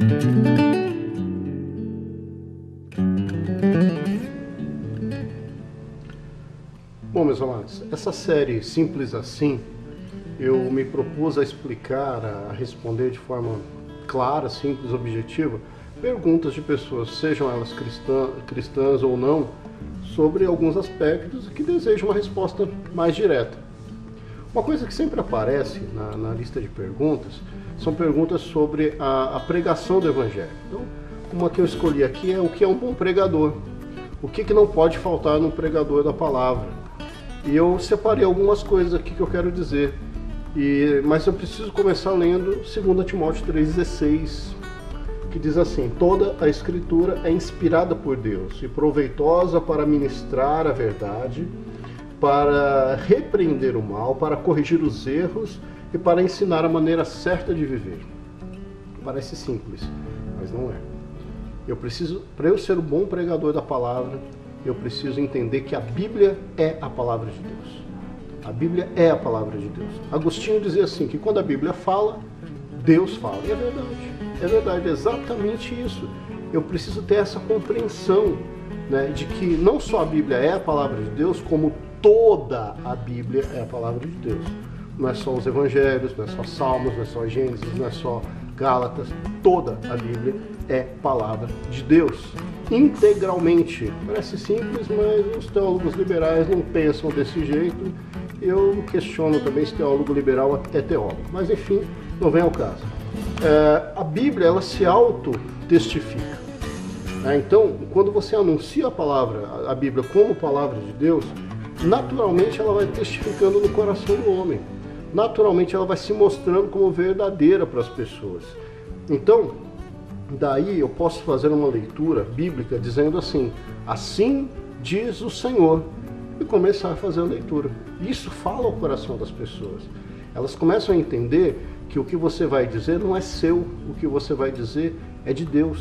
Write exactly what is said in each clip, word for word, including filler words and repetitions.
Bom, meus amados, essa série Simples Assim, eu me propus a explicar, a responder de forma clara, simples, objetiva, perguntas de pessoas, sejam elas cristã, cristãs ou não, sobre alguns aspectos que desejam uma resposta mais direta. Uma coisa que sempre aparece na, na lista de perguntas são perguntas sobre a, a pregação do Evangelho. Então, uma que eu escolhi aqui é o que é um bom pregador, o que, que não pode faltar no pregador da palavra. E eu separei algumas coisas aqui que eu quero dizer, e, mas eu preciso começar lendo dois Timóteo três dezesseis, que diz assim: toda a Escritura é inspirada por Deus e proveitosa para ministrar a verdade, para repreender o mal, para corrigir os erros e para ensinar a maneira certa de viver. Parece simples, mas não é. Eu preciso, para eu ser um bom pregador da palavra, eu preciso entender que a Bíblia é a palavra de Deus. A Bíblia é a palavra de Deus. Agostinho dizia assim, que quando a Bíblia fala, Deus fala. E é verdade, é verdade, é exatamente isso. Eu preciso ter essa compreensão, né, de que não só a Bíblia é a palavra de Deus, como toda a Bíblia é a palavra de Deus. Não é só os Evangelhos, não é só Salmos, não é só Gênesis, não é só Gálatas. Toda a Bíblia é palavra de Deus. Integralmente. Parece simples, mas os teólogos liberais não pensam desse jeito. Eu questiono também se teólogo liberal é teólogo. Mas enfim, não vem ao caso. É, a Bíblia, ela se auto-testifica. É, então, quando você anuncia a palavra, a Bíblia como palavra de Deus, naturalmente ela vai testificando no coração do homem. Naturalmente ela vai se mostrando como verdadeira para as pessoas. Então, daí eu posso fazer uma leitura bíblica dizendo assim: assim diz o Senhor, e começar a fazer a leitura. Isso fala ao coração das pessoas. Elas começam a entender que o que você vai dizer não é seu, o que você vai dizer é de Deus.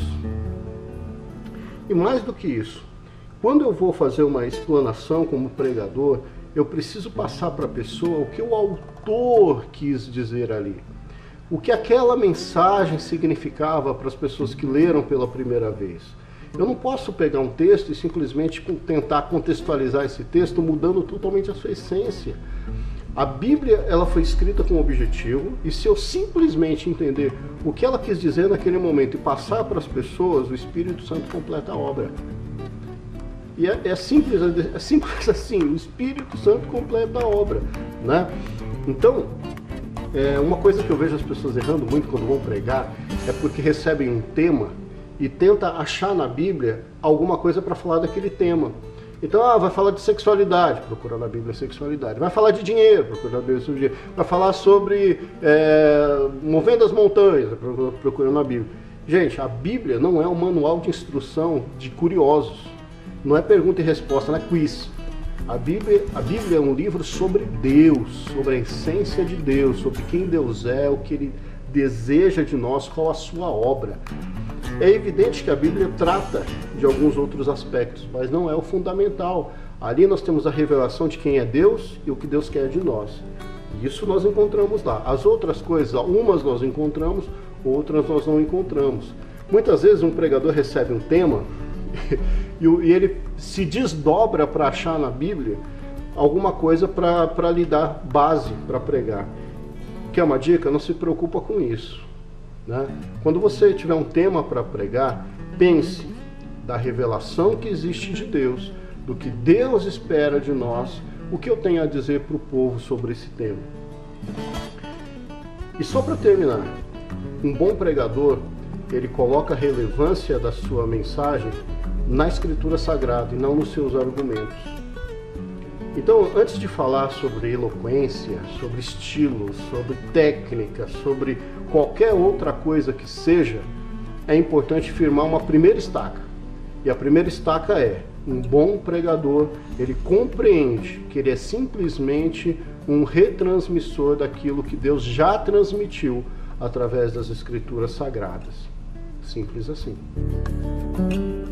E mais do que isso, quando eu vou fazer uma explanação como pregador, eu preciso passar para a pessoa o que o autor quis dizer ali. O que aquela mensagem significava para as pessoas que leram pela primeira vez. Eu não posso pegar um texto e simplesmente tentar contextualizar esse texto mudando totalmente a sua essência. A Bíblia, ela foi escrita com um objetivo, e se eu simplesmente entender o que ela quis dizer naquele momento e passar para as pessoas, o Espírito Santo completa a obra. E é, é, simples, é simples assim, o Espírito Santo completa a obra, né? Então, é, uma coisa que eu vejo as pessoas errando muito quando vão pregar é porque recebem um tema e tenta achar na Bíblia alguma coisa para falar daquele tema. Então, ah, vai falar de sexualidade, procura na Bíblia sexualidade. Vai falar de dinheiro, procura na Bíblia sobre dinheiro. Vai falar sobre é, movendo as montanhas, procura na Bíblia. Gente, a Bíblia não é um manual de instrução de curiosos. Não é pergunta e resposta, não é quiz. A Bíblia, a Bíblia é um livro sobre Deus, sobre a essência de Deus, sobre quem Deus é, o que Ele deseja de nós, qual a sua obra. É evidente que a Bíblia trata de alguns outros aspectos, mas não é o fundamental. Ali nós temos a revelação de quem é Deus e o que Deus quer de nós. Isso nós encontramos lá. As outras coisas, umas nós encontramos, outras nós não encontramos. Muitas vezes um pregador recebe um tema e ele se desdobra para achar na Bíblia alguma coisa para lhe dar base para pregar. Quer uma dica? Não se preocupa com isso, né? Quando você tiver um tema para pregar, pense da revelação que existe de Deus, do que Deus espera de nós, o que eu tenho a dizer para o povo sobre esse tema. E só para terminar, um bom pregador, ele coloca a relevância da sua mensagem na Escritura Sagrada e não nos seus argumentos. Então, antes de falar sobre eloquência, sobre estilo, sobre técnica, sobre qualquer outra coisa que seja, é importante firmar uma primeira estaca. E a primeira estaca é: um bom pregador, ele compreende que ele é simplesmente um retransmissor daquilo que Deus já transmitiu através das Escrituras Sagradas. Simples assim.